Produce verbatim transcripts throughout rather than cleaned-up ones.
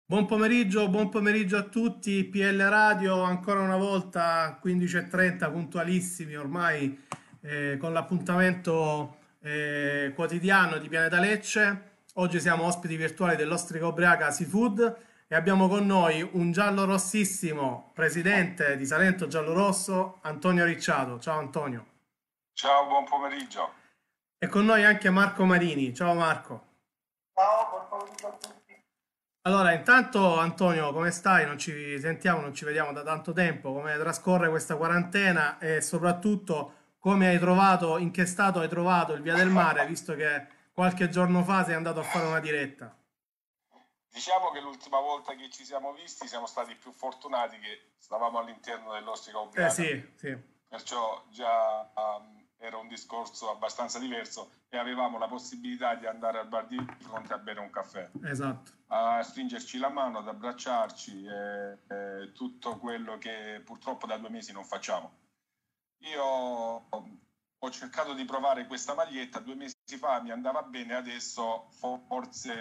Buon pomeriggio, buon pomeriggio a tutti, P L Radio ancora una volta quindici e trenta puntualissimi ormai eh, con l'appuntamento eh, quotidiano di Pianeta Lecce. Oggi siamo ospiti virtuali dell'Ostrica Ubriaca Seafood e abbiamo con noi un giallo rossissimo, presidente di Salento Giallorosso, Antonio Ricciato. Ciao Antonio. Ciao, buon pomeriggio. E con noi anche Marco Marini. Ciao Marco. Ciao, buon pomeriggio a tutti. Allora, intanto Antonio, come stai? Non ci sentiamo, non ci vediamo da tanto tempo. Come trascorre questa quarantena e soprattutto come hai trovato, in che stato hai trovato il Via del Mare, visto che qualche giorno fa sei andato a fare una diretta. Diciamo che l'ultima volta che ci siamo visti siamo stati più fortunati che stavamo all'interno dell'Ostica Eh Ubriaca, sì, sì, perciò già um, era un discorso abbastanza diverso e avevamo la possibilità di andare al bar di fronte a bere un caffè, esatto. a stringerci la mano, ad abbracciarci e, e tutto quello che purtroppo da due mesi non facciamo. Io ho cercato di provare questa maglietta due mesi fa, mi andava bene, adesso forse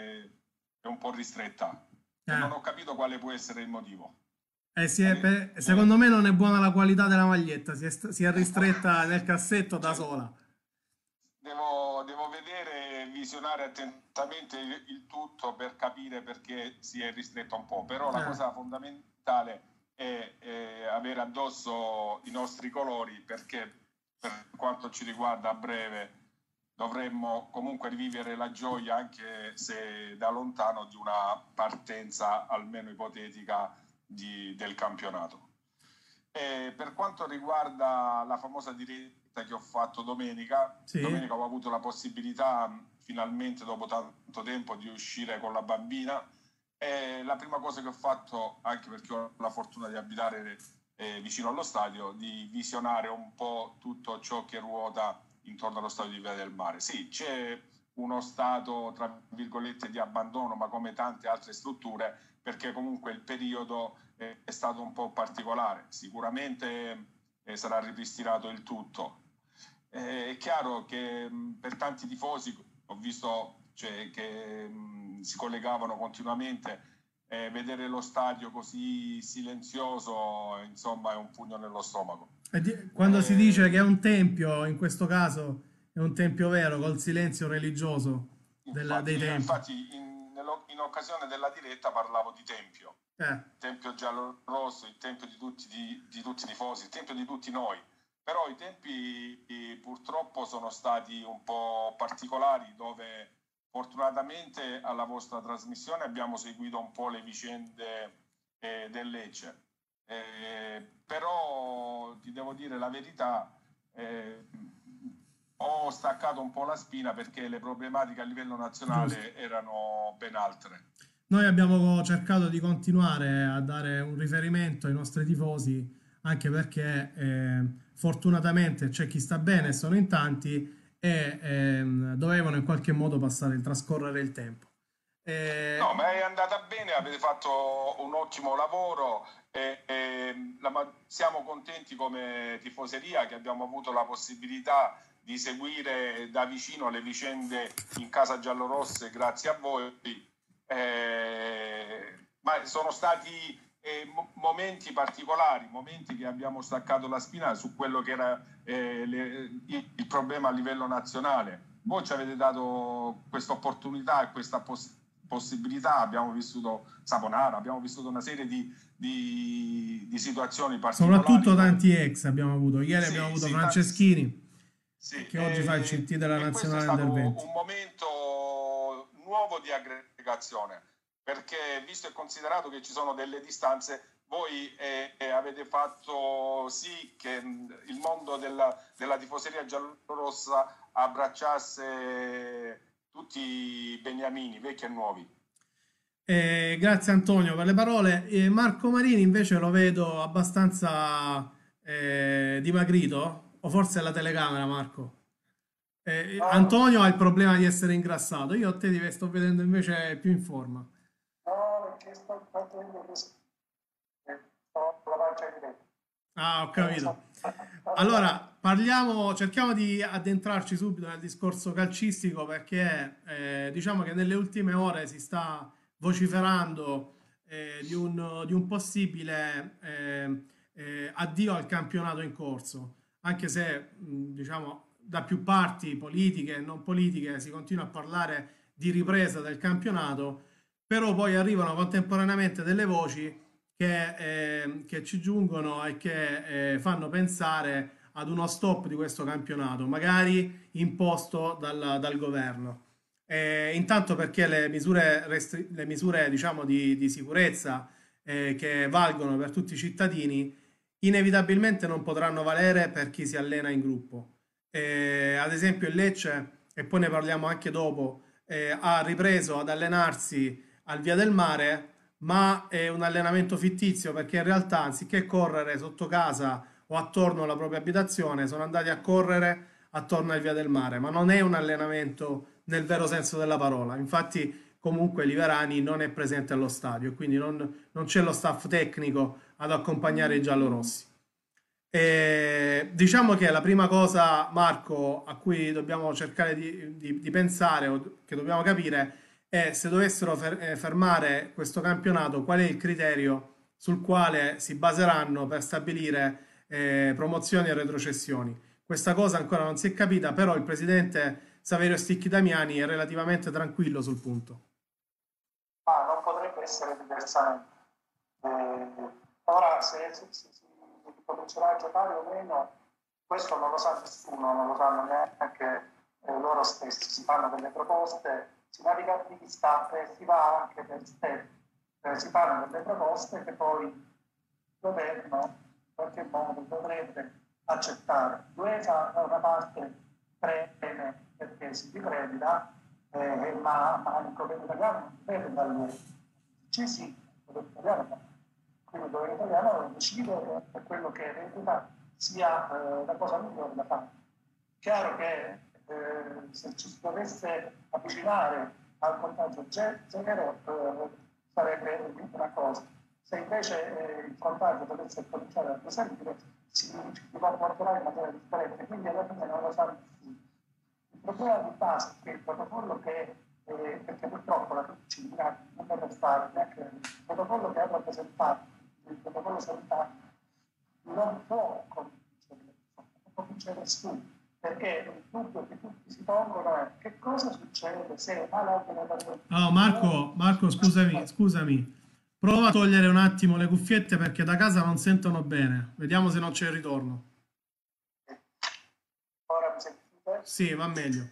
è un po' ristretta e Eh, non ho capito quale può essere il motivo. eh, si è- Ade- per- eh, secondo me non è buona la qualità della maglietta, si è, st- si è ristretta nel cassetto da cioè, sola. devo, devo vedere e visionare attentamente il, il tutto per capire perché si è ristretta un po', però la Eh, cosa fondamentale è, è avere addosso i nostri colori perché per quanto ci riguarda a breve dovremmo comunque rivivere la gioia, anche se da lontano, di una partenza almeno ipotetica di- del campionato. E per quanto riguarda la famosa diretta che ho fatto domenica, sì. domenica ho avuto la possibilità finalmente dopo tanto tempo di uscire con la bambina e la prima cosa che ho fatto, anche perché ho la fortuna di abitare eh, vicino allo stadio, di visionare un po' tutto ciò che ruota intorno allo stadio di Via del Mare. Sì, c'è uno stato, tra virgolette, di abbandono, ma come tante altre strutture, perché comunque il periodo eh, è stato un po' particolare. Sicuramente eh, sarà ripristinato il tutto. Eh, è chiaro che mh, per tanti tifosi, ho visto cioè, che mh, si collegavano continuamente, eh, vedere lo stadio così silenzioso, insomma, è un pugno nello stomaco. E di- quando si dice Eh, che è un tempio, in questo caso è un tempio vero, col silenzio religioso del- dei Infatti, io templi. infatti in, nello- in occasione della diretta parlavo di tempio, Eh, il tempio giallo-rosso, il tempio di tutti, di, di tutti i tifosi, il tempio di tutti noi. Però i tempi eh, purtroppo sono stati un po' particolari, dove fortunatamente alla vostra trasmissione abbiamo seguito un po' le vicende eh, del Lecce. Eh, però ti devo dire la verità, eh, ho staccato un po' la spina perché le problematiche a livello giusto. nazionale erano ben altre. Noi abbiamo cercato di continuare a dare un riferimento ai nostri tifosi, anche perché eh, fortunatamente c'è chi sta bene, sono in tanti e ehm, dovevano in qualche modo passare il trascorrere il tempo. Eh, No, ma è andata bene, avete fatto un ottimo lavoro e, e la- siamo contenti come tifoseria che abbiamo avuto la possibilità di seguire da vicino le vicende in casa giallorosse grazie a voi. Eh, ma sono stati eh, mo- momenti particolari, momenti che abbiamo staccato la spina su quello che era eh, le- il, il problema a livello nazionale. Voi ci avete dato questa opportunità e questa possibilità possibilità, abbiamo vissuto Saponara, abbiamo vissuto una serie di, di, di situazioni particolari soprattutto dove tanti ex abbiamo avuto. Ieri abbiamo sì, avuto sì, ta- sì, Franceschini, sì, che oggi fa il e, C T della e questo è Nazionale stato Under venti. un momento nuovo di aggregazione, perché visto e considerato che ci sono delle distanze, voi eh, eh, avete fatto sì che mh, il mondo della, della tifoseria giallorossa abbracciasse tutti i beniamini, vecchi e nuovi. Eh, grazie Antonio per le parole. Eh, Marco Marini invece lo vedo abbastanza eh, dimagrito, o forse è la telecamera, Marco. Eh, No, non Antonio ha il so. problema di essere ingrassato, io a te ti sto vedendo invece più in forma. No, perché sto facendo questo. Sto con la pancia di letto. Ah, ho Eh, so- capito. Allora, parliamo, cerchiamo di addentrarci subito nel discorso calcistico perché eh, diciamo che nelle ultime ore si sta vociferando eh, di un, di un possibile eh, eh, addio al campionato in corso, anche se mh, diciamo da più parti politiche e non politiche si continua a parlare di ripresa del campionato, però poi arrivano contemporaneamente delle voci che, eh, che ci giungono e che eh, fanno pensare ad uno stop di questo campionato, magari imposto dal, dal governo. Eh, intanto perché le misure, restri- le misure diciamo, di, di sicurezza eh, che valgono per tutti i cittadini inevitabilmente non potranno valere per chi si allena in gruppo. Eh, ad esempio il Lecce, e poi ne parliamo anche dopo, eh, ha ripreso ad allenarsi al Via del Mare, ma è un allenamento fittizio perché in realtà anziché correre sotto casa o attorno alla propria abitazione, sono andati a correre attorno al Via del Mare, ma non è un allenamento nel vero senso della parola. Infatti, comunque Liverani non è presente allo stadio, quindi non, non c'è lo staff tecnico ad accompagnare i giallorossi. E diciamo che la prima cosa, Marco, a cui dobbiamo cercare di, di- di pensare o che dobbiamo capire è se dovessero fer- eh, fermare questo campionato, qual è il criterio sul quale si baseranno per stabilire eh, promozioni e retrocessioni. Questa cosa ancora non si è capita, però il presidente Saverio Sticchi Damiani è relativamente tranquillo sul punto. Ma non potrebbe essere diversamente. Eh, ora, se, se, se si comincerà a giocare o meno, questo non lo sa nessuno, non lo sanno neanche eh, loro stessi. Si fanno delle proposte, si naviga a vista e si va anche per step. Eh, si fanno delle proposte che poi il governo in qualche modo dovrebbe accettare. L'UEFA da una parte preme perché si ricredita, eh, ma, ma il governo italiano non dipende dall'UEFA. Sì, sì, il governo italiano no. Quindi il governo italiano decide per quello che reputa sia eh, la cosa migliore da fare. Chiaro che eh, se ci si dovesse avvicinare al contagio zero eh, sarebbe una cosa. Se invece eh, il contagio dovesse cominciare a proseguire, si, si comporterà in maniera differente, quindi alla fine non lo sa nessuno. Il problema di base è che il protocollo che, eh, perché purtroppo la medicina non deve fare, neanche il protocollo che ha rappresentato, il protocollo sanitario, non può convincere, non può convincere nessuno, perché il dubbio che tutti si pongono è che cosa succede se malati Oh, Marco, Marco, scusami, scusami. Prova a togliere un attimo le cuffiette perché da casa non sentono bene. Vediamo se non c'è il ritorno. ora mi sentite? Sì, va meglio.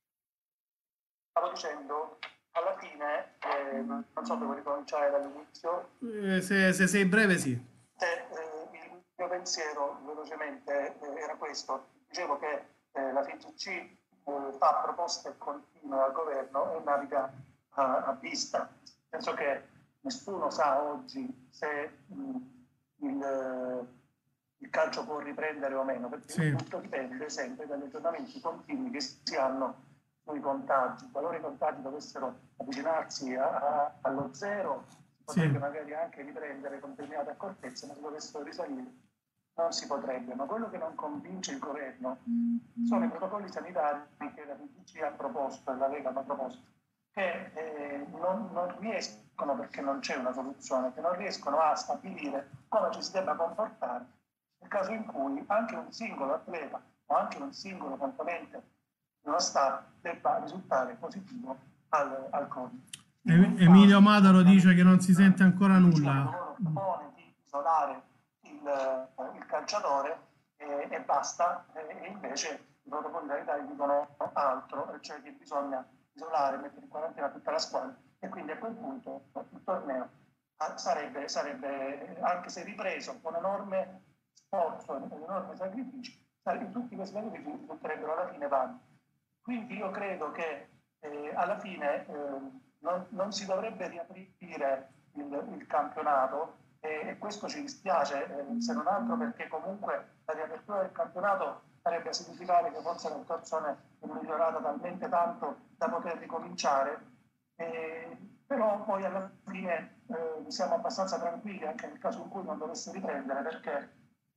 Stavo dicendo, alla fine, eh, non so, devo ricominciare dall'inizio, Eh, se, se sei breve, sì. eh, il mio pensiero velocemente eh, era questo. Dicevo che eh, la F I G C eh, fa proposte continue al governo e naviga a, a vista. Penso che nessuno sa oggi se mh, il, il calcio può riprendere o meno, perché Sì, tutto dipende sempre dagli aggiornamenti continui che si hanno sui contagi. Qualora i contagi dovessero avvicinarsi a, a, allo zero, si potrebbe sì, magari anche riprendere con determinate accortezze, ma se dovessero risalire non si potrebbe. Ma quello che non convince il governo sono i protocolli sanitari che la P G C ha proposto e la Lega hanno proposto, che eh, non, non riescono, perché non c'è una soluzione, che non riescono a stabilire come ci si debba comportare nel caso in cui anche un singolo atleta o anche un singolo componente di uno staff debba risultare positivo al, al Covid. Em- Emilio Madaro dice che non si sente ancora nulla. Il propone di isolare il, il calciatore e, e basta, e, e invece i protocolli sanitari dicono altro, cioè che bisogna isolare, mettere in quarantena tutta la squadra, e quindi a quel punto il torneo sarebbe, sarebbe anche se ripreso con enorme sforzo e enorme sacrifici, sarebbe, tutti questi sacrifici risulterebbero alla fine vani. Quindi io credo che eh, alla fine eh, non, non si dovrebbe riaprire il, il campionato, e, e questo ci dispiace, eh, se non altro perché comunque la riapertura del campionato sarebbe a significare che forse la situazione è migliorata talmente tanto da poter ricominciare, eh, però poi alla fine eh, siamo abbastanza tranquilli anche nel caso in cui non dovesse riprendere, perché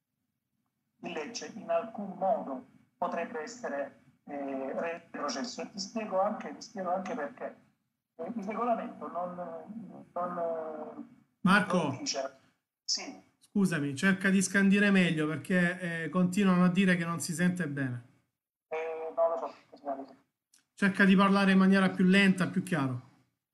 il Lecce in alcun modo potrebbe essere eh, retrocesso, e ti spiego anche, ti spiego anche perché. il regolamento non, non, Marco, non dice. Sì, scusami, cerca di scandire meglio perché eh, continuano a dire che non si sente bene. eh, non lo so. Scusate. Cerca di parlare in maniera più lenta, più chiaro.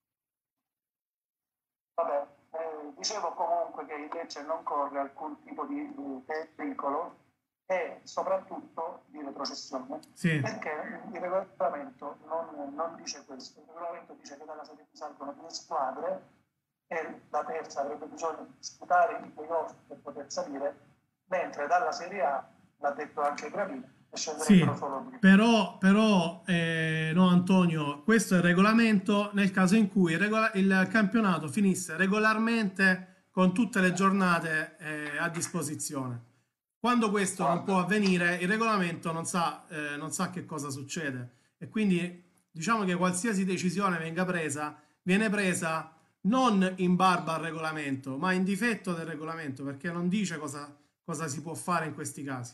Vabbè, eh, dicevo comunque che il Lecce non corre alcun tipo di, di pericolo e soprattutto di retrocessione, Sì, perché il regolamento non, non dice questo. Il regolamento dice che dalla Serie B salgono due squadre e la terza avrebbe bisogno di disputare i playoff per poter salire, mentre dalla Serie A, l'ha detto anche Gravina, ne scenderebbero sì, solo due. però, però eh, no Antonio, questo è il regolamento nel caso in cui il, regola- il campionato finisse regolarmente con tutte le giornate eh, a disposizione. Quando questo non può Guarda, avvenire, il regolamento non sa, eh, non sa che cosa succede e quindi diciamo che qualsiasi decisione venga presa, viene presa non in barba al regolamento, ma in difetto del regolamento, perché non dice cosa, cosa si può fare in questi casi.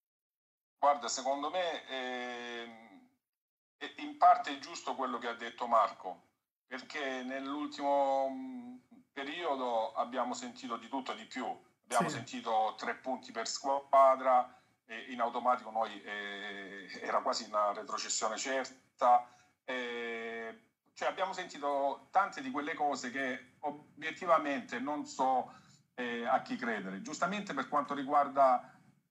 guarda, secondo me ehm, è in parte è giusto quello che ha detto Marco, perché nell'ultimo mh, periodo abbiamo sentito di tutto e di più. Abbiamo Sì, sentito tre punti per squadra, e in automatico noi eh, era quasi una retrocessione certa. eh, cioè abbiamo sentito tante di quelle cose che obiettivamente non so eh, a chi credere. Giustamente per quanto riguarda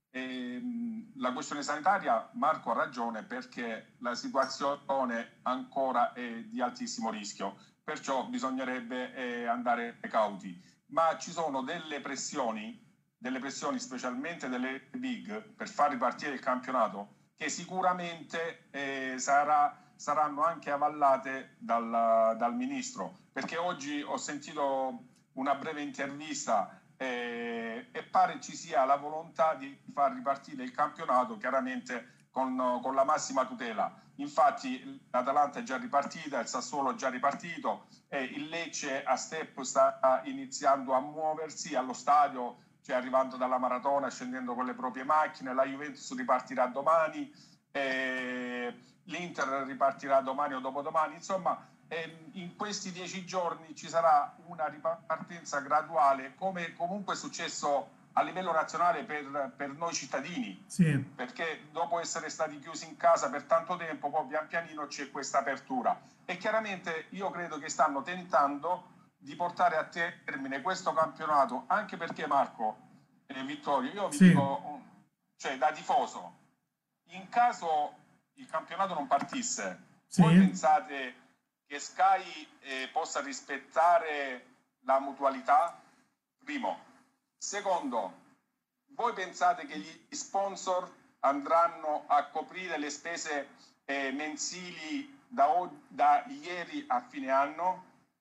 ehm, la questione sanitaria, Marco ha ragione perché la situazione ancora è di altissimo rischio, perciò bisognerebbe eh, andare cauti. Ma ci sono delle pressioni, delle pressioni specialmente delle big per far ripartire il campionato che sicuramente eh, sarà, saranno anche avallate dal, dal ministro, perché oggi ho sentito una breve intervista eh, e pare ci sia la volontà di far ripartire il campionato chiaramente con, con la massima tutela. Infatti l'Atalanta è già ripartita, il Sassuolo è già ripartito, e il Lecce a step sta iniziando a muoversi allo stadio, cioè arrivando dalla maratona, scendendo con le proprie macchine. La Juventus ripartirà domani, eh, l'Inter ripartirà domani o dopodomani. Insomma, eh, in questi dieci giorni ci sarà una ripartenza graduale, come comunque è successo a livello nazionale per, per noi cittadini, sì, perché dopo essere stati chiusi in casa per tanto tempo, poi pian pianino c'è questa apertura. E chiaramente io credo che stanno tentando di portare a termine questo campionato, anche perché Marco e Vittorio, io vi sì, dico, cioè da tifoso, in caso il campionato non partisse, voi sì, pensate che Sky eh, possa rispettare la mutualità? Primo. Secondo, voi pensate che gli sponsor andranno a coprire le spese eh, mensili da, da ieri a fine anno?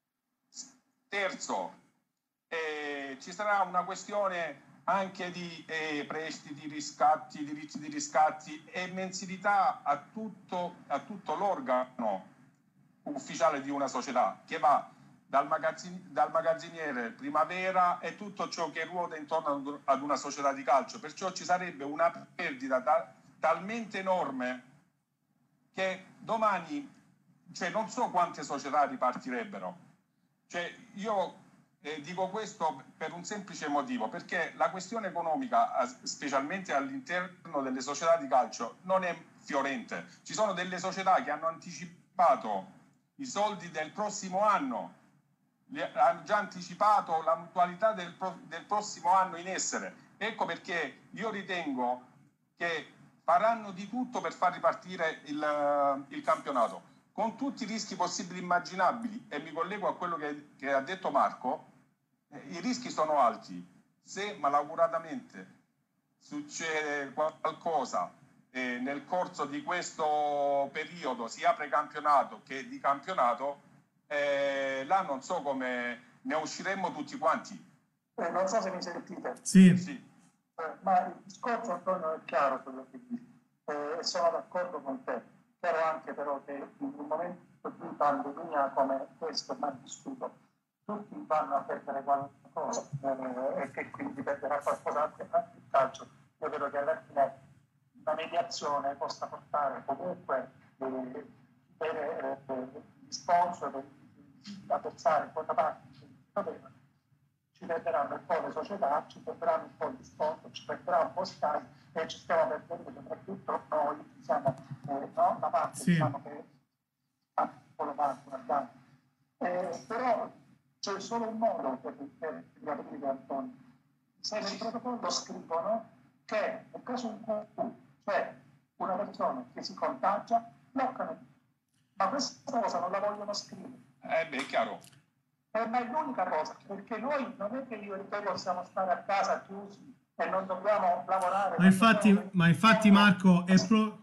Terzo, eh, ci sarà una questione anche di eh, prestiti, riscatti, diritti di riscatti e mensilità a tutto, a tutto l'organo ufficiale di una società che va dal, magazzin- dal magazziniere, primavera e tutto ciò che ruota intorno ad una società di calcio. Perciò ci sarebbe una perdita ta- talmente enorme che domani, cioè non so quante società ripartirebbero. Cioè, io eh, dico questo per un semplice motivo, perché la questione economica, specialmente all'interno delle società di calcio, non è fiorente. Ci sono delle società che hanno anticipato i soldi del prossimo anno, hanno già anticipato la mutualità del, pro, del prossimo anno in essere. Ecco perché io ritengo che faranno di tutto per far ripartire il, il campionato, con tutti i rischi possibili e immaginabili, e mi collego a quello che, che ha detto Marco. Eh, i rischi sono alti. Se malauguratamente succede qualcosa eh, nel corso di questo periodo, sia precampionato che di campionato, eh, là non so come ne usciremmo tutti quanti. Eh, non so se mi sentite. sì, Sì, Eh, ma il discorso, Antonio, è chiaro quello che dici, eh, e sono d'accordo con te. Chiaro anche però che in un momento di pandemia come questo mai vissuto, tutti vanno a perdere qualcosa eh, e che quindi perderà qualcosa anche, anche il calcio. Io credo che alla fine una mediazione possa portare comunque eh, bene, eh, gli sponsor, avversari, poi da parte ci perderanno un po' le società, ci perderanno un po' gli sport, ci perderà un po' Sky e ci stiamo perdendo soprattutto noi, diciamo, eh, no? La parte sì. diciamo che ha un po' guardare. Eh, però c'è solo un modo per, per riaprire, Antonio. Se nel protocollo scrivono che nel caso in cui c'è una persona che si contagia, bloccano. Ma questa cosa non la vogliono scrivere. Eh beh, è chiaro. Eh, ma è l'unica cosa, perché noi non è che io e te possiamo stare a casa chiusi e non dobbiamo lavorare. Ma infatti, ma infatti Marco, è pro...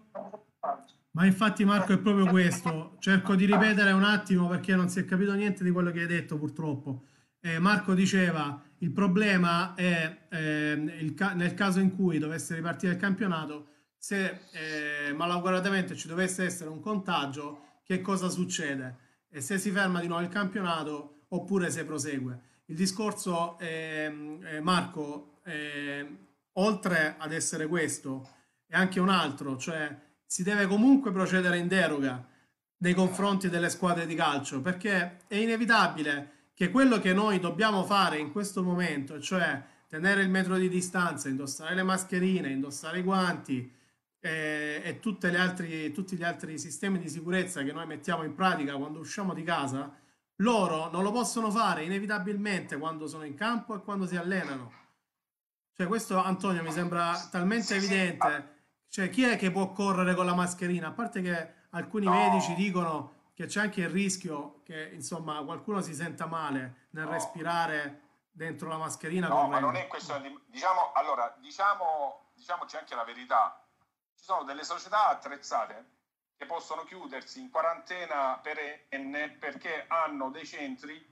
ma infatti Marco è proprio questo. Cerco di ripetere un attimo perché non si è capito niente di quello che hai detto purtroppo. Eh, Marco diceva il problema è eh, il ca- nel caso in cui dovesse ripartire il campionato, se eh, malauguratamente ci dovesse essere un contagio, che cosa succede? E se si ferma di nuovo il campionato oppure se prosegue. Il discorso, eh, eh, Marco, eh, oltre ad essere questo, è anche un altro, cioè si deve comunque procedere in deroga nei confronti delle squadre di calcio, perché è inevitabile che quello che noi dobbiamo fare in questo momento, cioè tenere il metro di distanza, indossare le mascherine, indossare i guanti eh, e tutte le altri, tutti gli altri sistemi di sicurezza che noi mettiamo in pratica quando usciamo di casa, loro non lo possono fare inevitabilmente quando sono in campo e quando si allenano. Cioè questo, Antonio, mi sembra talmente evidente. Cioè, chi è che può correre con la mascherina? A parte che alcuni No. medici dicono che c'è anche il rischio che, insomma, qualcuno si senta male nel No. respirare dentro la mascherina. No, correndo. ma non è questione di... Diciamo, allora, diciamo, diciamoci anche la verità. Ci sono delle società attrezzate che possono chiudersi in quarantena perenne perché hanno dei centri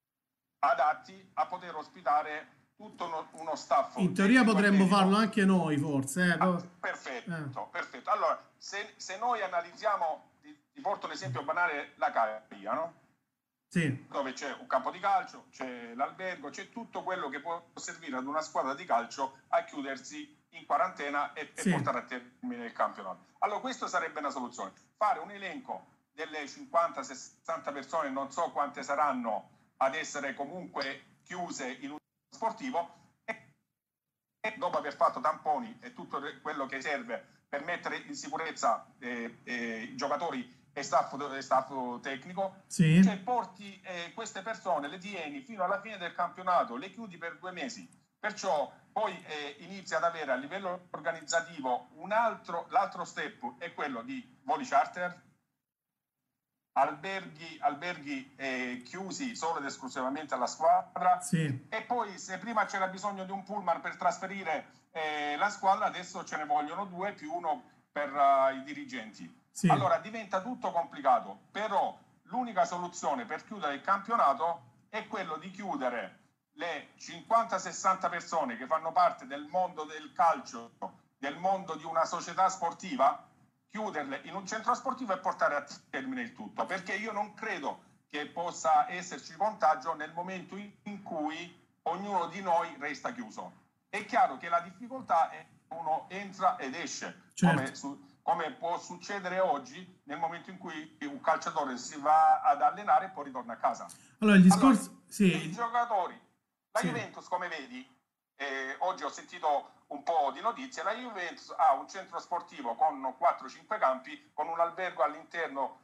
adatti a poter ospitare tutto uno, uno staff. In teoria potremmo medico. farlo anche noi, forse. Eh? Ah, perfetto, eh. perfetto. Allora, se, se noi analizziamo, ti, ti porto l'esempio banale, la Cagliari, no? Sì. Dove c'è un campo di calcio, c'è l'albergo, c'è tutto quello che può servire ad una squadra di calcio a chiudersi in quarantena e, sì. e portare a termine il campionato. Allora, questa sarebbe una soluzione. Fare un elenco delle cinquanta sessanta persone, non so quante saranno, ad essere comunque chiuse in un sportivo, e dopo aver fatto tamponi e tutto quello che serve per mettere in sicurezza eh, eh, i giocatori e staff, e staff tecnico, sì. Cioè porti eh, queste persone, le tieni fino alla fine del campionato, le chiudi per due mesi, perciò poi eh, inizi ad avere a livello organizzativo un altro, l'altro step è quello di voli charter, alberghi, alberghi eh, chiusi solo ed esclusivamente alla squadra, sì. E poi se prima c'era bisogno di un pullman per trasferire eh, la squadra, adesso ce ne vogliono due più uno per uh, i dirigenti. Sì. Allora diventa tutto complicato, però l'unica soluzione per chiudere il campionato è quello di chiudere le cinquanta sessanta persone che fanno parte del mondo del calcio, del mondo di una società sportiva, chiuderle in un centro sportivo e portare a termine il tutto, perché io non credo che possa esserci contagio nel momento in cui ognuno di noi resta chiuso. È chiaro che la difficoltà è che uno entra ed esce, certo. come, su, come può succedere oggi nel momento in cui un calciatore si va ad allenare e poi ritorna a casa. Allora, il discorso... Allora, sì. I giocatori, la sì. Juventus, come vedi, eh, oggi ho sentito un po' di notizie, la Juventus ha un centro sportivo con quattro cinque campi, con un albergo all'interno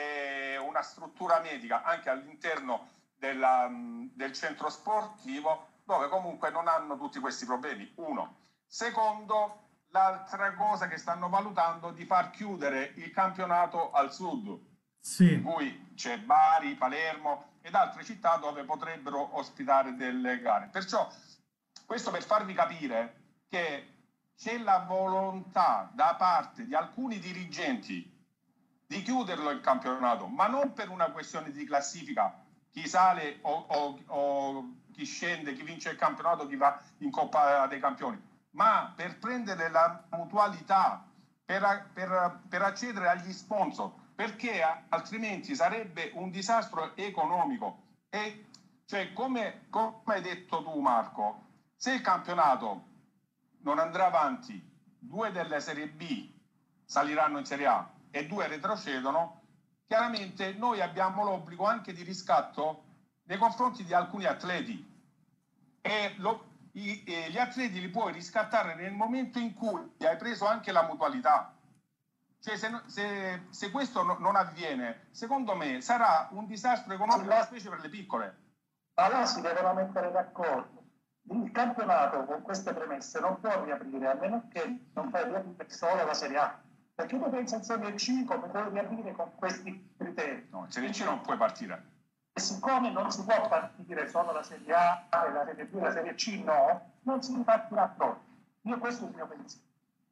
e una struttura medica anche all'interno della, del centro sportivo, dove comunque non hanno tutti questi problemi. Uno. Secondo, l'altra cosa che stanno valutando di far chiudere il campionato al sud, sì. in cui c'è Bari, Palermo ed altre città dove potrebbero ospitare delle gare. Perciò questo per farvi capire che c'è la volontà da parte di alcuni dirigenti di chiuderlo il campionato, ma non per una questione di classifica, chi sale o, o, o chi scende, chi vince il campionato, chi va in Coppa dei Campioni, ma per prendere la mutualità, per, per, per accedere agli sponsor, perché altrimenti sarebbe un disastro economico. E cioè, come, come hai detto tu, Marco, se il campionato non andrà avanti, due delle Serie B saliranno in Serie A e due retrocedono, chiaramente noi abbiamo l'obbligo anche di riscatto nei confronti di alcuni atleti e lo, i, e gli atleti li puoi riscattare nel momento in cui hai preso anche la mutualità. Cioè se, se, se questo no, non avviene, secondo me sarà un disastro economico, specie per le piccole. Allora si devono mettere d'accordo. Il campionato con queste premesse non può riaprire, a meno che non fai riaprire solo la Serie A. Perché tu pensi in Serie C come puoi riaprire con questi criteri? No, in Serie C non puoi partire. E siccome non si può partire solo la Serie A e la Serie B, la Serie C no, non si ripartirà proprio. Io questo è il mio pensiero.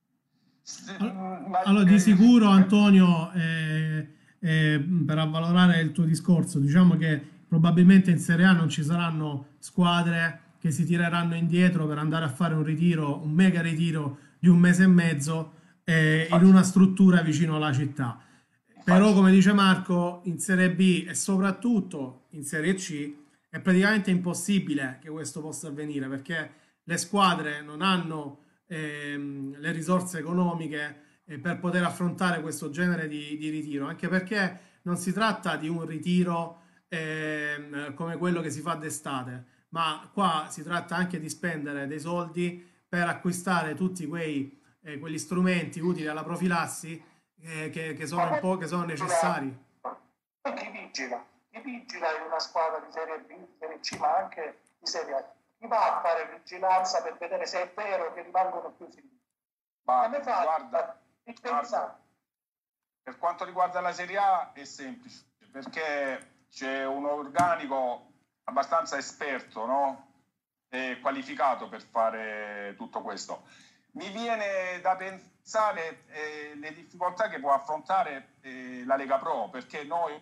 Allora, di sicuro, Antonio, eh, eh, per avvalorare il tuo discorso, diciamo che probabilmente in Serie A non ci saranno squadre che si tireranno indietro per andare a fare un ritiro, un mega ritiro di un mese e mezzo eh, in una struttura vicino alla città. Però, come dice Marco, in Serie B e soprattutto in Serie C è praticamente impossibile che questo possa avvenire, perché le squadre non hanno ehm, le risorse economiche eh, per poter affrontare questo genere di, di ritiro, anche perché non si tratta di un ritiro ehm, come quello che si fa d'estate, ma qua si tratta anche di spendere dei soldi per acquistare tutti quei, eh, quegli strumenti utili alla profilassi eh, che, che sono un po' che sono necessari. E chi vigila? Chi vigila in una squadra di Serie B, di Serie C, ma anche di Serie A? Chi va a fare vigilanza per vedere se è vero che rimangono chiusi? Ma a me fa guarda, guarda, per quanto riguarda la Serie A è semplice, perché c'è un organico abbastanza esperto, no? E qualificato per fare tutto questo. Mi viene da pensare eh, le difficoltà che può affrontare eh, la Lega Pro, perché noi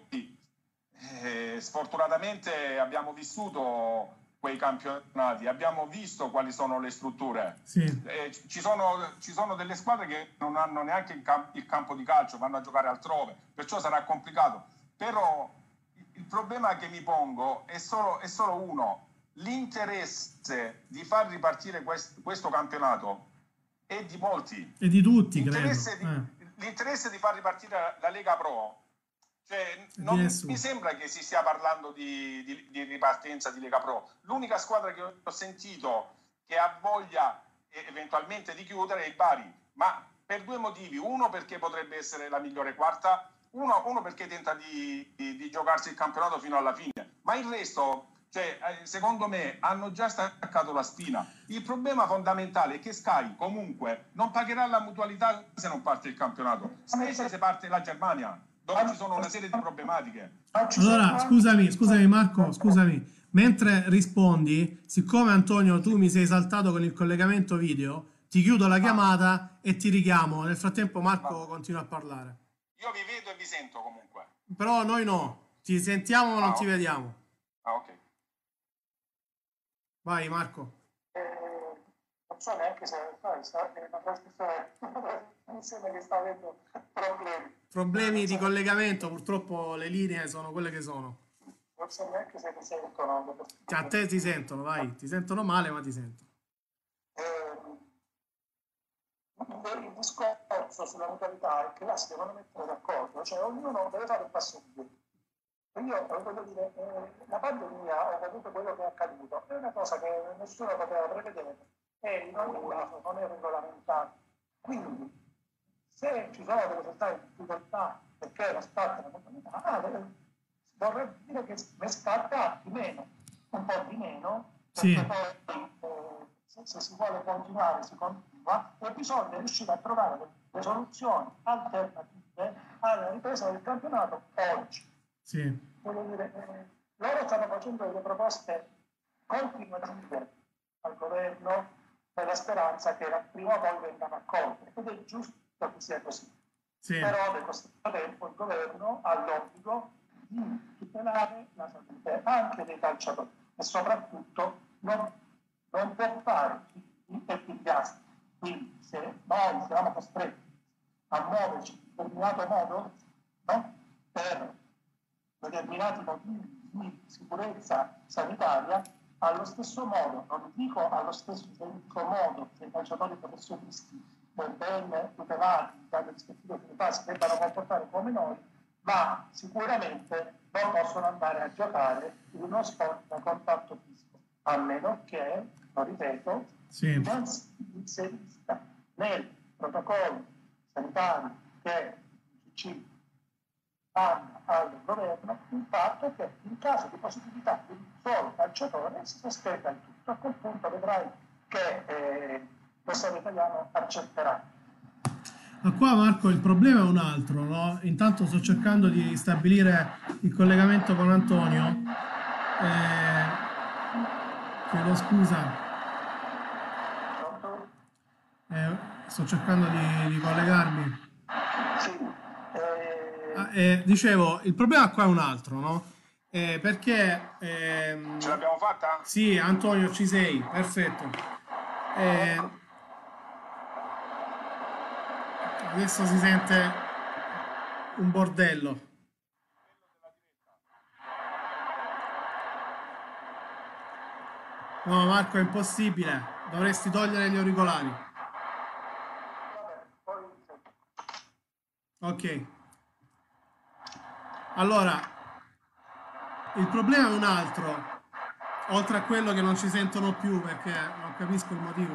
eh, sfortunatamente abbiamo vissuto quei campionati, abbiamo visto quali sono le strutture. Sì. Eh, ci, sono, ci sono delle squadre che non hanno neanche il, camp- il campo di calcio, vanno a giocare altrove, perciò sarà complicato. Però il problema che mi pongo è solo, è solo uno: l'interesse di far ripartire quest- questo campionato è di molti. E di tutti, l'interesse credo. Di, eh. L'interesse di far ripartire la Lega Pro, cioè, non mi sembra che si stia parlando di, di, di ripartenza di Lega Pro. L'unica squadra che ho sentito che ha voglia eventualmente di chiudere è il Bari, ma per due motivi: uno perché potrebbe essere la migliore quarta, uno, uno perché tenta di, di, di giocarsi il campionato fino alla fine, ma il resto, cioè, secondo me hanno già staccato la spina. Il problema fondamentale è che Sky comunque non pagherà la mutualità se non parte il campionato, specie se parte la Germania, dove ci sono una serie di problematiche. Allora, scusami, scusami Marco, scusami. Mentre rispondi, siccome Antonio tu mi sei saltato con il collegamento video, ti chiudo la chiamata e ti richiamo. Nel frattempo Marco continua a parlare. Io vi vedo e vi sento comunque. Però noi no, ti sentiamo ma non ah, ti okay. vediamo. Ah, ok. Vai Marco. Eh, non so neanche se sai, sta in una trasmissione insieme che sta avendo problemi. Problemi di collegamento, purtroppo le linee sono quelle che sono. Non so neanche se mi sentono. Cioè, a te ti sentono, vai, ti sentono male ma ti sentono. Eh, il discorso sulla mutualità è che là si devono mettere d'accordo, cioè ognuno deve fare il passo indietro. Io voglio dire, eh, la pandemia, o comunque quello che è accaduto, è una cosa che nessuno poteva prevedere e in ogni caso non è regolamentato. Quindi, se ci sono delle società in difficoltà perché non scatta la comunità, ah, vorrebbe dire che ne scatta di meno, un po' di meno, perché sì. poi eh, se, se si vuole continuare, si continua, e bisogna riuscire a trovare le soluzioni alternative alla ripresa del campionato oggi. Sì. Voglio dire, eh, loro stanno facendo delle proposte continuative al governo nella speranza che la prima o poi vengano accolte, ed è giusto che sia così. Sì. Però nello stesso tempo il governo ha l'obbligo di tutelare la salute anche dei calciatori e soprattutto non, non può fare i figliastri. Quindi se noi siamo costretti a muoverci in determinato modo, no? Per determinati motivi di sicurezza sanitaria, allo stesso modo, non dico allo stesso identico modo che i calciatori professionisti ben tutelati dalle rispettive società si debbano comportare come noi, ma sicuramente non possono andare a giocare in uno sport a contatto fisico, a meno che, lo ripeto, sì. non si inserisca nel protocollo sanitario che ci hanno al governo il fatto che in caso di positività di un solo calciatore si sospetta il tutto. A quel punto vedrai che eh, lo Stato italiano accetterà. Ma qua Marco il problema è un altro, no? Intanto sto cercando di stabilire il collegamento con Antonio. Eh, chiedo scusa. Eh, sto cercando di, di collegarmi. Sì, eh, Ah, eh, dicevo, il problema qua è un altro, no? Eh, perché... ehm, Ce l'abbiamo fatta? sì, Antonio, ci sei, perfetto. Eh, adesso si sente un bordello. No, Marco, è impossibile. Dovresti togliere gli auricolari. Ok. Allora, il problema è un altro. Oltre a quello che non ci sentono più perché non capisco il motivo.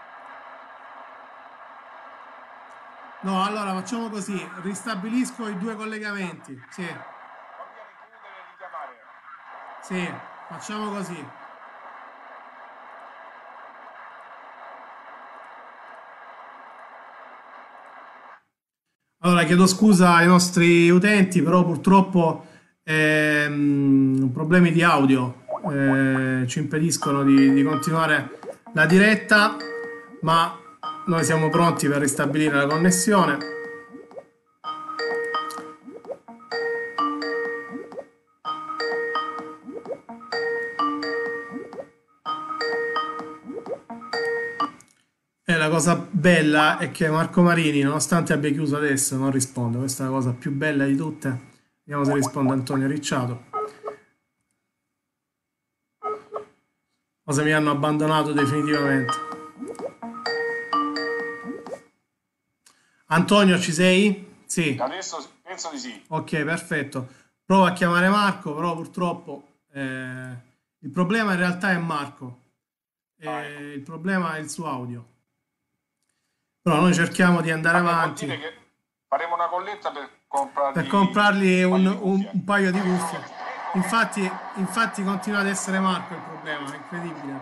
No, allora facciamo così. Ristabilisco i due collegamenti. Sì, Conviene chiudere e richiamare. sì, facciamo così. Allora, chiedo scusa ai nostri utenti, però purtroppo ehm, problemi di audio eh, ci impediscono di, di continuare la diretta, ma noi siamo pronti per ristabilire la connessione. E la cosa bella è che Marco Marini, nonostante abbia chiuso adesso, non risponde. Questa è la cosa più bella di tutte. Vediamo se risponde Antonio Ricciato. O se mi hanno abbandonato definitivamente. Antonio, ci sei? Sì. Adesso penso di sì. Ok, perfetto. Provo a chiamare Marco, però purtroppo eh, il problema in realtà è Marco. Ah, ecco. Eh, il problema è il suo audio. Però noi cerchiamo di andare Vabbè, vuol avanti dire che faremo una colletta per per comprargli comprargli un un, paio di un- cuffie. un paio di cuffie. Infatti, infatti continua ad essere Marco il problema, è incredibile.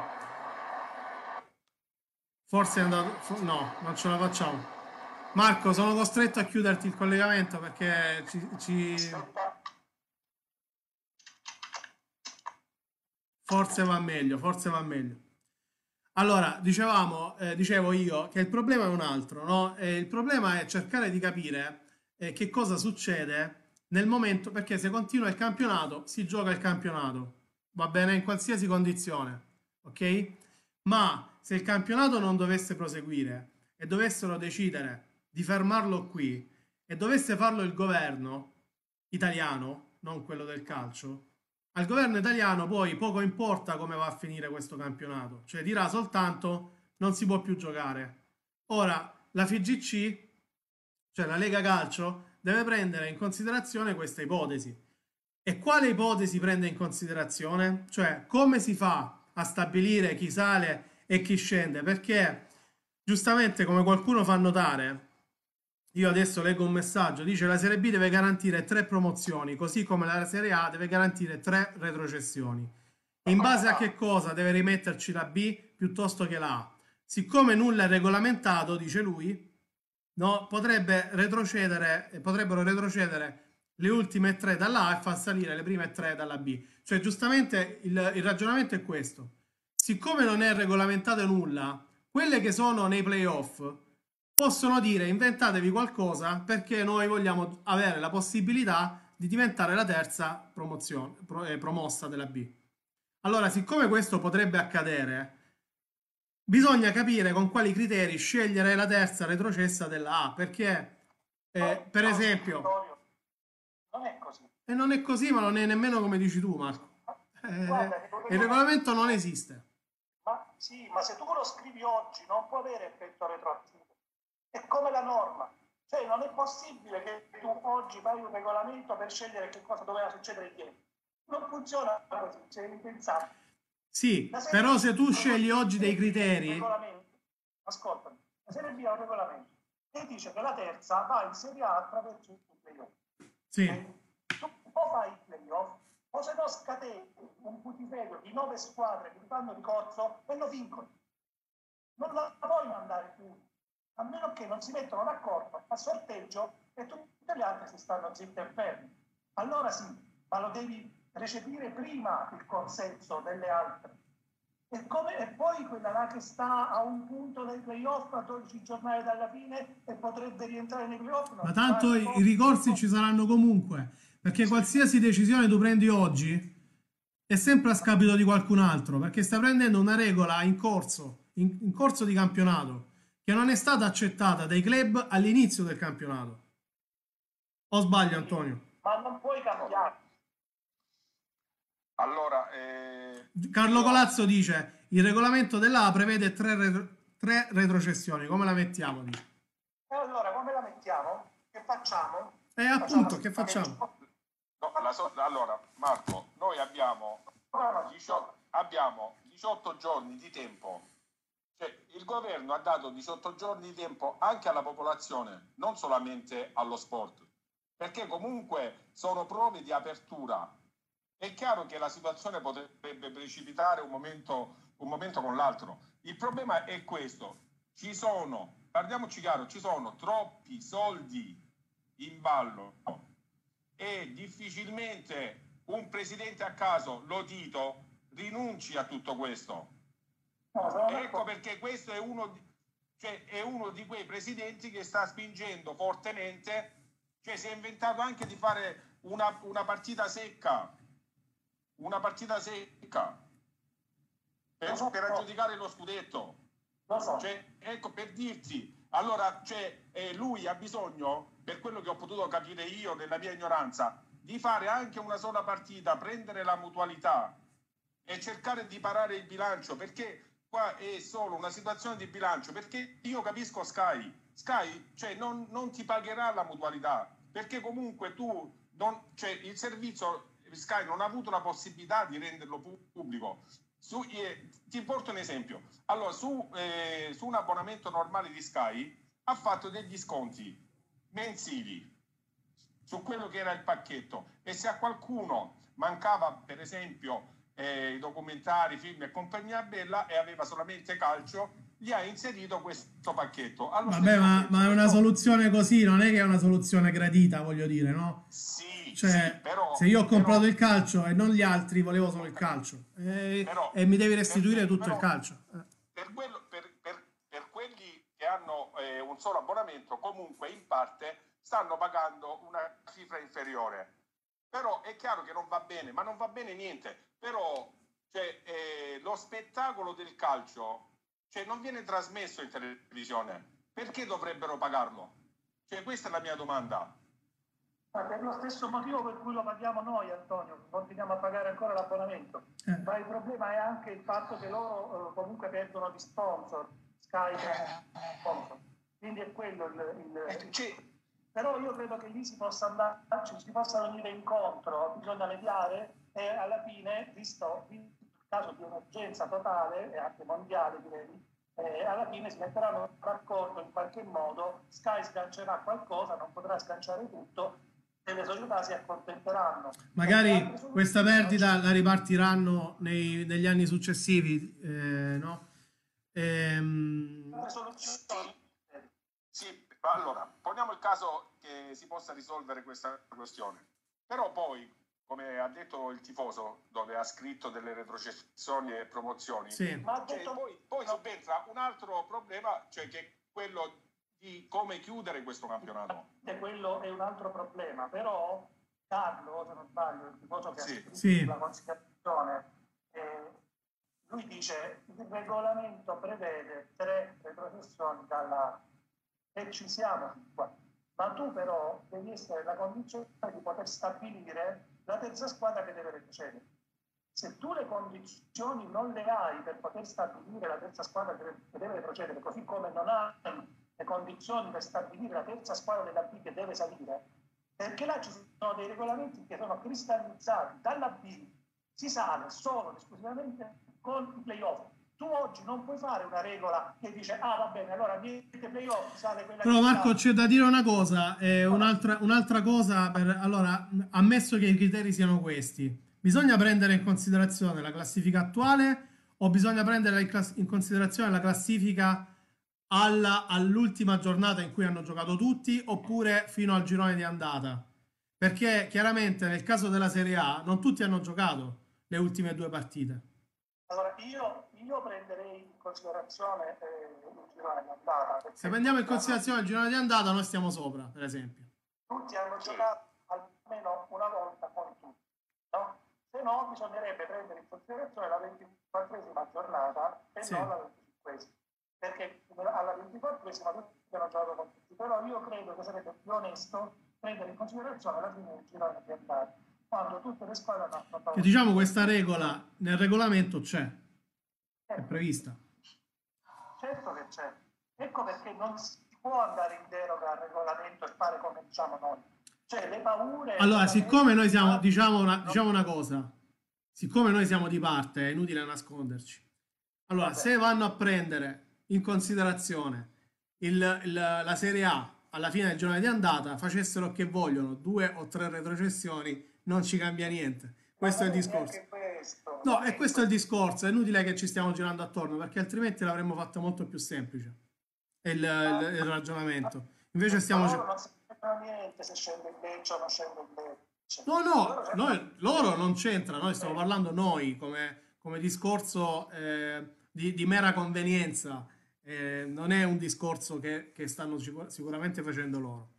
Forse è andato... fo- no, non ce la facciamo. Marco, sono costretto a chiuderti il collegamento perché ci, ci- forse va meglio, forse va meglio. Allora, dicevamo, eh, dicevo io che il problema è un altro, no? E il problema è cercare di capire eh, che cosa succede nel momento, perché se continua il campionato, si gioca il campionato, va bene in qualsiasi condizione, ok? Ma se il campionato non dovesse proseguire e dovessero decidere di fermarlo qui e dovesse farlo il governo italiano, non quello del calcio, al governo italiano poi poco importa come va a finire questo campionato, cioè dirà soltanto non si può più giocare. Ora la F G C, cioè la Lega Calcio, deve prendere in considerazione questa ipotesi. E quale ipotesi prende in considerazione? Cioè come si fa a stabilire chi sale e chi scende? Perché giustamente come qualcuno fa notare, io adesso leggo un messaggio, dice la Serie B deve garantire tre promozioni, così come la Serie A deve garantire tre retrocessioni. In base a che cosa deve rimetterci la B piuttosto che la A? Siccome nulla è regolamentato, dice lui, no, potrebbe retrocedere, potrebbero retrocedere le ultime tre dalla A e far salire le prime tre dalla B. Cioè, giustamente il, il ragionamento è questo. Siccome non è regolamentato nulla, quelle che sono nei playoff possono dire inventatevi qualcosa perché noi vogliamo avere la possibilità di diventare la terza promozione, pro, eh, promossa della B. Allora, siccome questo potrebbe accadere, bisogna capire con quali criteri scegliere la terza retrocessa della A, perché, eh, per esempio, non è così. e non è così, ma non è nemmeno come dici tu, Marco. Eh, il regolamento non esiste. Ma sì, ma se tu lo scrivi oggi non può avere effetto retroattivo. È come la norma. Cioè non è possibile che tu oggi fai un regolamento per scegliere che cosa doveva succedere ieri. Non funziona così, cioè è impensabile. Sì, però se tu scegli oggi dei criteri... Ascoltami, la Serie B ha un regolamento che dice che la terza va in Serie A attraverso il playoff. Sì. E tu o fai il playoff o se no scateni un putiferio di nove squadre che ti fanno ricorso e lo vincono. Non la puoi mandare più, a meno che non si mettono d'accordo a sorteggio e tutte le altre si stanno zitte e ferme. Allora sì, ma lo devi recepire prima il consenso delle altre. E, come, e poi quella là che sta a un punto dai playoff a dodici giornate dalla fine e potrebbe rientrare nei playoff. Ma tanto i, i ricorsi ci saranno comunque, perché qualsiasi decisione tu prendi oggi è sempre a scapito di qualcun altro, perché stai prendendo una regola in corso, in, in corso di campionato, che non è stata accettata dai club all'inizio del campionato. O sbaglio, Antonio? Ma non puoi cambiare. Allora, eh, Carlo io... Colazzo dice: il regolamento dell'A prevede tre, retro, tre retrocessioni. Come la mettiamo? Dice. E allora come la mettiamo? Che facciamo? E eh, appunto, facciamo che facciamo? No, la so... Allora, Marco, noi abbiamo diciotto, abbiamo diciotto giorni di tempo. Cioè, il governo ha dato diciotto giorni di tempo anche alla popolazione, non solamente allo sport, perché comunque sono prove di apertura. È chiaro che la situazione potrebbe precipitare un momento, un momento con l'altro. Il problema è questo: ci sono, parliamoci chiaro, ci sono troppi soldi in ballo e difficilmente un presidente a caso, lo Tito, rinunci a tutto questo. Ecco perché questo è uno, di, cioè è uno di quei presidenti che sta spingendo fortemente, cioè si è inventato anche di fare una, una partita secca, una partita secca per, so, per aggiudicare lo scudetto. Lo so. Cioè, ecco, per dirti, allora, cioè, eh, lui ha bisogno, per quello che ho potuto capire io nella mia ignoranza, di fare anche una sola partita, prendere la mutualità e cercare di parare il bilancio, perché qua è solo una situazione di bilancio, perché io capisco Sky, Sky cioè, non, non ti pagherà la mutualità, perché comunque tu, non, cioè, il servizio Sky non ha avuto la possibilità di renderlo pubblico. Su, eh, ti porto un esempio. Allora, su, eh, su un abbonamento normale di Sky ha fatto degli sconti mensili su quello che era il pacchetto, e se a qualcuno mancava per esempio eh, i documentari, film e compagnia bella e aveva solamente calcio, gli ha inserito questo pacchetto. Allora, vabbè, ma, ma è una soluzione così, non è che è una soluzione gradita, voglio dire, no? Sì, cioè, sì, però, se io ho comprato però, il calcio e non gli altri, volevo solo il calcio e, però, e mi devi restituire per, tutto però, il calcio. Eh. Per, quello, per, per, per quelli che hanno eh, un solo abbonamento, comunque in parte stanno pagando una cifra inferiore. Però è chiaro che non va bene, ma non va bene niente. Però cioè, eh, lo spettacolo del calcio, cioè, non viene trasmesso in televisione. Perché dovrebbero pagarlo? Cioè, questa è la mia domanda. Ma per lo stesso motivo per cui lo paghiamo noi, Antonio, continuiamo a pagare ancora l'abbonamento. Eh. Ma il problema è anche il fatto che loro eh, comunque perdono di sponsor, Sky sponsor. Quindi è quello il... il... C'è... Però io credo che lì si possa andare, ci si possa venire incontro, bisogna mediare e alla fine, visto il caso di un'urgenza totale e anche mondiale direi, eh, alla fine si metteranno d'accordo in qualche modo, Sky sgancerà qualcosa, non potrà sganciare tutto e le società si accontenteranno. Magari questa perdita la ripartiranno nei, negli anni successivi, eh, no? Ehm... Sì, sì, allora, poniamo il caso che si possa risolvere questa questione. Però poi, come ha detto il tifoso, dove ha scritto delle retrocessioni e promozioni, sì. Ma cioè, poi, poi subentra un altro problema, cioè che è quello di come chiudere questo campionato. E quello è un altro problema, però Carlo, se non sbaglio, il tifoso che sì. ha scritto sì. la consigliazione, eh, lui dice il regolamento prevede tre retrocessioni dalla... e ci siamo qua. Ma tu però devi essere nella condizione di poter stabilire la terza squadra che deve retrocedere. Se tu le condizioni non le hai per poter stabilire la terza squadra che deve retrocedere, così come non hai le condizioni per stabilire la terza squadra della B che deve salire, perché là ci sono dei regolamenti che sono cristallizzati. Dalla B si sale solo ed esclusivamente con i playoff. Tu oggi non puoi fare una regola che dice ah va bene, allora niente playoff, sale quella. Però Marco, c'è da dire una cosa, eh, un'altra, un'altra cosa, per, allora, ammesso che i criteri siano questi, bisogna prendere in considerazione la classifica attuale o bisogna prendere in, class- in considerazione la classifica alla, all'ultima giornata in cui hanno giocato tutti oppure fino al girone di andata? Perché chiaramente nel caso della Serie A non tutti hanno giocato le ultime due partite. Allora io, io prenderei in considerazione eh, il girone di andata. Se prendiamo in considerazione il girone di andata noi stiamo sopra, per esempio. Tutti hanno giocato almeno una volta con tutti, no? Se no bisognerebbe prendere in considerazione la ventiquattresima giornata e sì. non la venticinquesima, perché alla ventiquattresima tutti hanno giocato con tutti, però io credo che sarebbe più onesto prendere in considerazione la fine del girone di andata, quando tutte le squadre hanno affrontato. E diciamo questa regola nel regolamento c'è, è prevista. Certo che c'è, ecco perché non si può andare in deroga al regolamento e fare come diciamo noi. Cioè le paure... Allora, siccome noi siamo, diciamo una, diciamo una cosa, siccome noi siamo di parte, è inutile nasconderci. Allora, Vabbè. se vanno a prendere in considerazione il, il, la Serie A alla fine del girone di andata, facessero che vogliono due o tre retrocessioni, non ci cambia niente. Questo è il discorso. No, e questo è il discorso, è inutile che ci stiamo girando attorno, perché altrimenti l'avremmo fatto molto più semplice il, il, il ragionamento. Invece stiamo... Non niente se scende il Lecce o non scende il Lecce. No, no, noi, loro non c'entra, noi stiamo parlando noi come, come discorso eh, di, di mera convenienza, eh, non è un discorso che, che stanno sicur- sicuramente facendo loro.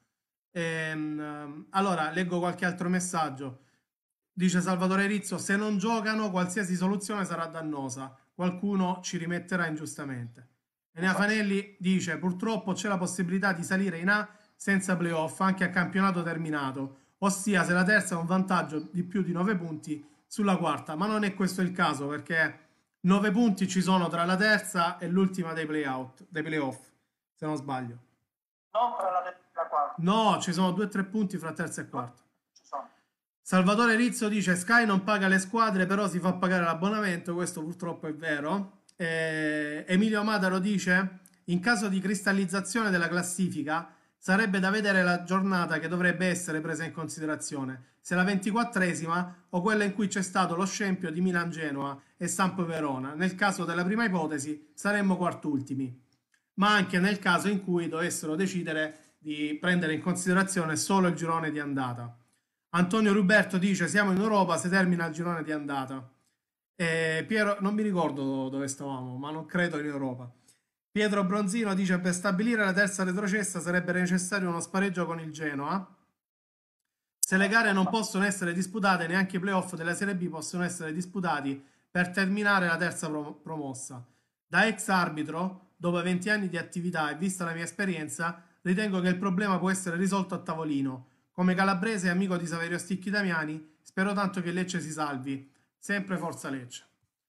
Ehm, allora, leggo qualche altro messaggio. Dice Salvatore Rizzo, se non giocano qualsiasi soluzione sarà dannosa, qualcuno ci rimetterà ingiustamente. Enea Fanelli dice, purtroppo c'è la possibilità di salire in A senza playoff anche a campionato terminato, ossia se la terza ha un vantaggio di più di nove punti sulla quarta, ma non è questo il caso perché nove punti ci sono tra la terza e l'ultima dei playout, dei playoff, se non sbaglio. Non tra la terza e la quarta. No, ci sono due o tre punti fra terza e quarta. Salvatore Rizzo dice Sky non paga le squadre però si fa pagare l'abbonamento, questo purtroppo è vero. eh, Emilio Madaro dice in caso di cristallizzazione della classifica sarebbe da vedere la giornata che dovrebbe essere presa in considerazione, se la ventiquattresima o quella in cui c'è stato lo scempio di Milan-Genoa e Samp Verona. Nel caso della prima ipotesi saremmo quartultimi, ma anche nel caso in cui dovessero decidere di prendere in considerazione solo il girone di andata. Antonio Ruberto dice siamo in Europa se termina il girone di andata. E Piero, non mi ricordo dove stavamo, ma non credo in Europa. Pietro Bronzino dice per stabilire la terza retrocessa sarebbe necessario uno spareggio con il Genoa. Se le gare non possono essere disputate, neanche i playoff della Serie B possono essere disputati per terminare la terza prom- promossa. Da ex arbitro, dopo venti anni di attività e vista la mia esperienza, ritengo che il problema può essere risolto a tavolino. Come calabrese e amico di Saverio Sticchi Damiani, spero tanto che Lecce si salvi. Sempre forza Lecce.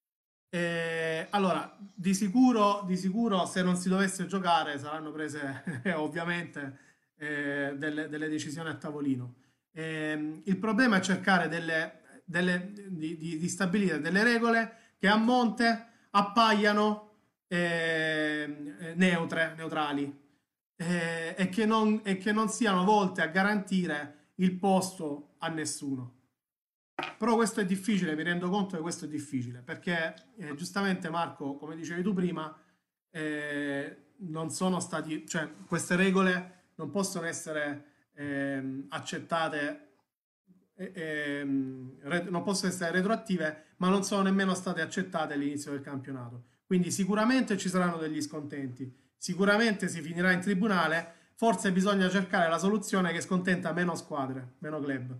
E, allora, di sicuro, di sicuro se non si dovesse giocare saranno prese ovviamente eh, delle, delle decisioni a tavolino. E, il problema è cercare delle, delle, di, di, di stabilire delle regole che a monte appaiano eh, neutre, neutrali. Eh, e, che non, e che non siano volte a garantire il posto a nessuno. Però questo è difficile, mi rendo conto che questo è difficile, perché eh, giustamente Marco, come dicevi tu prima, eh, non sono stati, cioè queste regole non possono essere eh, accettate, eh, eh, non possono essere retroattive, ma non sono nemmeno state accettate all'inizio del campionato. Quindi sicuramente ci saranno degli scontenti. Sicuramente si finirà in tribunale, forse bisogna cercare la soluzione che scontenta meno squadre, meno club.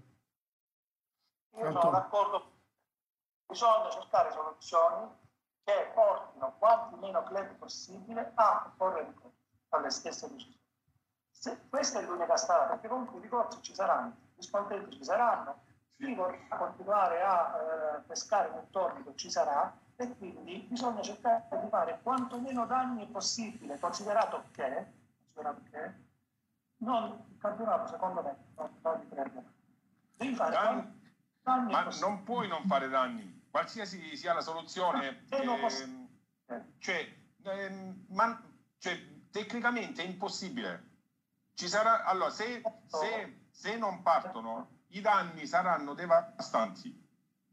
Io sono d'accordo, bisogna cercare soluzioni che portino quanti meno club possibile a porre ricorso alle stesse decisioni. Se questa è l'unica strada, perché comunque i ricorsi ci saranno, gli scontenti ci saranno, chi vorrà continuare a eh, pescare nel torbido ci sarà, e quindi bisogna cercare di fare quanto meno danni possibile, considerato che funziona perché non, il campionato secondo me non fa di prendere. Devi fare danni, danni ma non puoi non fare danni, qualsiasi sia la soluzione, eh, non ehm, cioè, ehm, ma, cioè, tecnicamente è impossibile. Ci sarà, allora, se, se, se non partono, i danni saranno devastanti.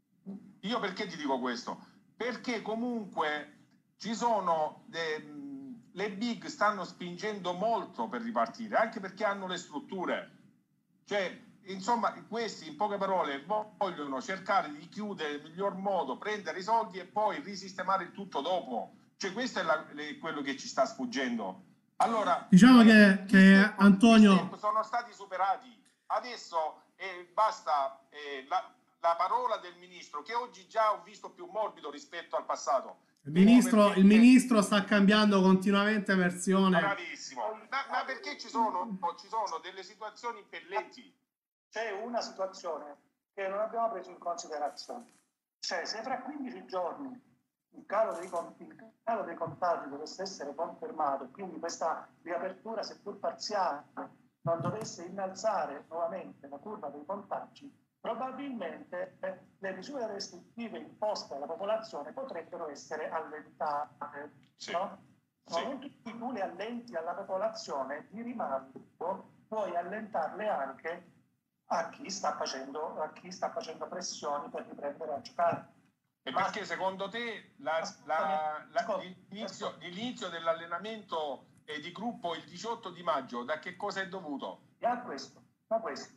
Io perché ti dico questo? Perché comunque ci sono de, le big stanno spingendo molto per ripartire, anche perché hanno le strutture. Cioè, insomma, questi in poche parole vogliono cercare di chiudere nel miglior modo, prendere i soldi e poi risistemare il tutto dopo. Cioè, questo è la, le, quello che ci sta sfuggendo. Allora, diciamo eh, che, che step, Antonio sono stati superati. Adesso eh, basta eh, la, la parola del ministro, che oggi già ho visto più morbido rispetto al passato. il ministro, perché, il ministro sta cambiando continuamente versione. Bravissimo. Ma, ma perché ci sono, ci sono delle situazioni impellenti? C'è una situazione che non abbiamo preso in considerazione. Cioè, se fra quindici giorni il calo dei, il calo dei contagi dovesse essere confermato, quindi questa riapertura, seppur parziale, non dovesse innalzare nuovamente la curva dei contagi, probabilmente le misure restrittive imposte alla popolazione potrebbero essere allentate. Sì. No? Sì. Nel momento in cui tu le allenti alla popolazione, di rimando puoi allentarle anche a chi sta facendo, a chi sta facendo pressioni per riprendere a giocare. E perché secondo te la, la, la, l'inizio, l'inizio dell'allenamento eh, di gruppo il diciotto di maggio da che cosa è dovuto? E a questo, a questo.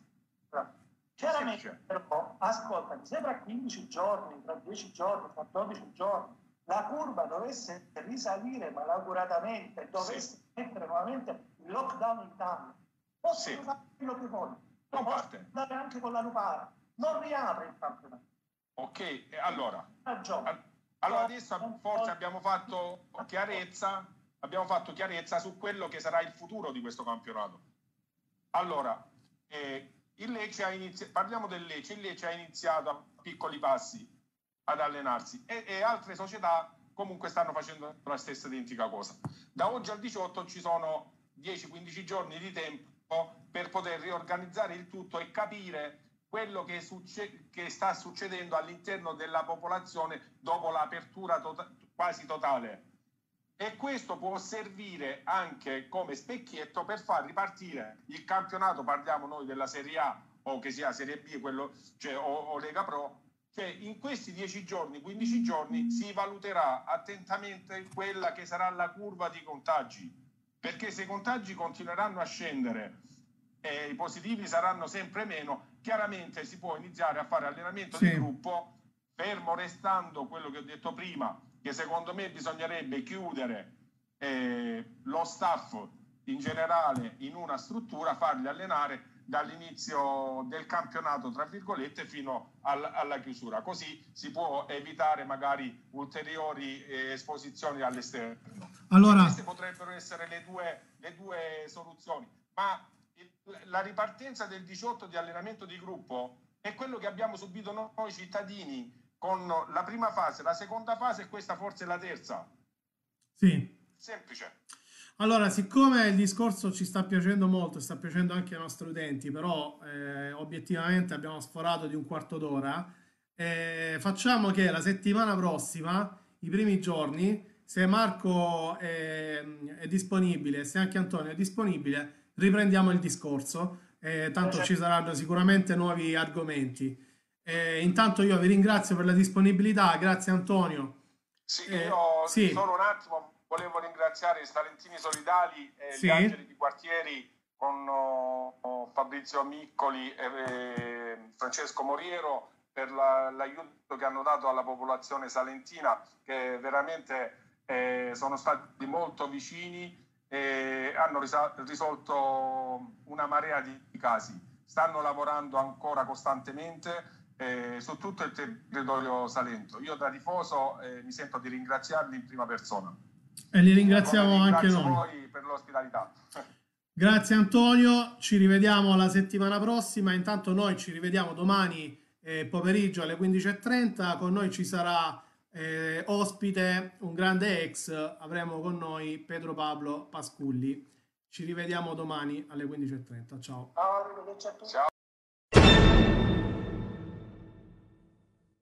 Chiaramente però, ascoltami, se tra quindici giorni, tra dieci giorni, tra dodici giorni la curva dovesse risalire malauguratamente, dovesse sì. mettere nuovamente il lockdown in Italia, possono sì. fare quello che vogliono. Non parte. Andare anche con la Lupara, non riapre il campionato. Ok, allora, allora adesso forse abbiamo fatto chiarezza, abbiamo fatto chiarezza su quello che sarà il futuro di questo campionato. Allora, eh, il Lecce ha iniziato, parliamo del Lecce, il Lecce ha iniziato a piccoli passi ad allenarsi e, e altre società comunque stanno facendo la stessa identica cosa. Da oggi al diciotto ci sono dieci quindici giorni di tempo per poter riorganizzare il tutto e capire quello che, succe- che sta succedendo all'interno della popolazione dopo l'apertura to- quasi totale. E questo può servire anche come specchietto per far ripartire il campionato, parliamo noi della Serie A o che sia Serie B quello, cioè, o, o Lega Pro, cioè in questi dieci giorni, quindici giorni si valuterà attentamente quella che sarà la curva di contagi, perché se i contagi continueranno a scendere e i positivi saranno sempre meno, chiaramente si può iniziare a fare allenamento sì. di gruppo, fermo restando quello che ho detto prima, che secondo me bisognerebbe chiudere eh, lo staff in generale in una struttura, farli allenare dall'inizio del campionato tra virgolette fino al, alla chiusura, così si può evitare magari ulteriori eh, esposizioni all'esterno. Allora, queste potrebbero essere le due, le due soluzioni, ma il, la ripartenza del diciotto di allenamento di gruppo è quello che abbiamo subito noi cittadini con la prima fase, la seconda fase e questa forse la terza. Sì. Semplice. Allora, siccome il discorso ci sta piacendo molto, sta piacendo anche ai nostri utenti, però eh, obiettivamente abbiamo sforato di un quarto d'ora, eh, facciamo che la settimana prossima, i primi giorni, se Marco è, è disponibile, se anche Antonio è disponibile, riprendiamo il discorso, eh, tanto ci saranno sicuramente nuovi argomenti. Eh, intanto io vi ringrazio per la disponibilità, grazie Antonio. Sì, eh, io sì. solo un attimo volevo ringraziare i Salentini Solidali e sì. gli Angeli di Quartieri con oh, Fabrizio Miccoli e eh, Francesco Moriero per la, l'aiuto che hanno dato alla popolazione salentina, che veramente eh, sono stati molto vicini e hanno risa- risolto una marea di casi. Stanno lavorando ancora costantemente Eh, su tutto il territorio salento. Io da tifoso eh, mi sento di ringraziarli in prima persona. E li ringraziamo anche noi. Voi per l'ospitalità. Grazie Antonio, ci rivediamo la settimana prossima. Intanto noi ci rivediamo domani eh, pomeriggio alle quindici e trenta. Con noi ci sarà eh, ospite un grande ex, avremo con noi Pedro Pablo Pasculli. Ci rivediamo domani alle quindici e trenta. Ciao. Ciao, arrivederci a tutti. Ciao.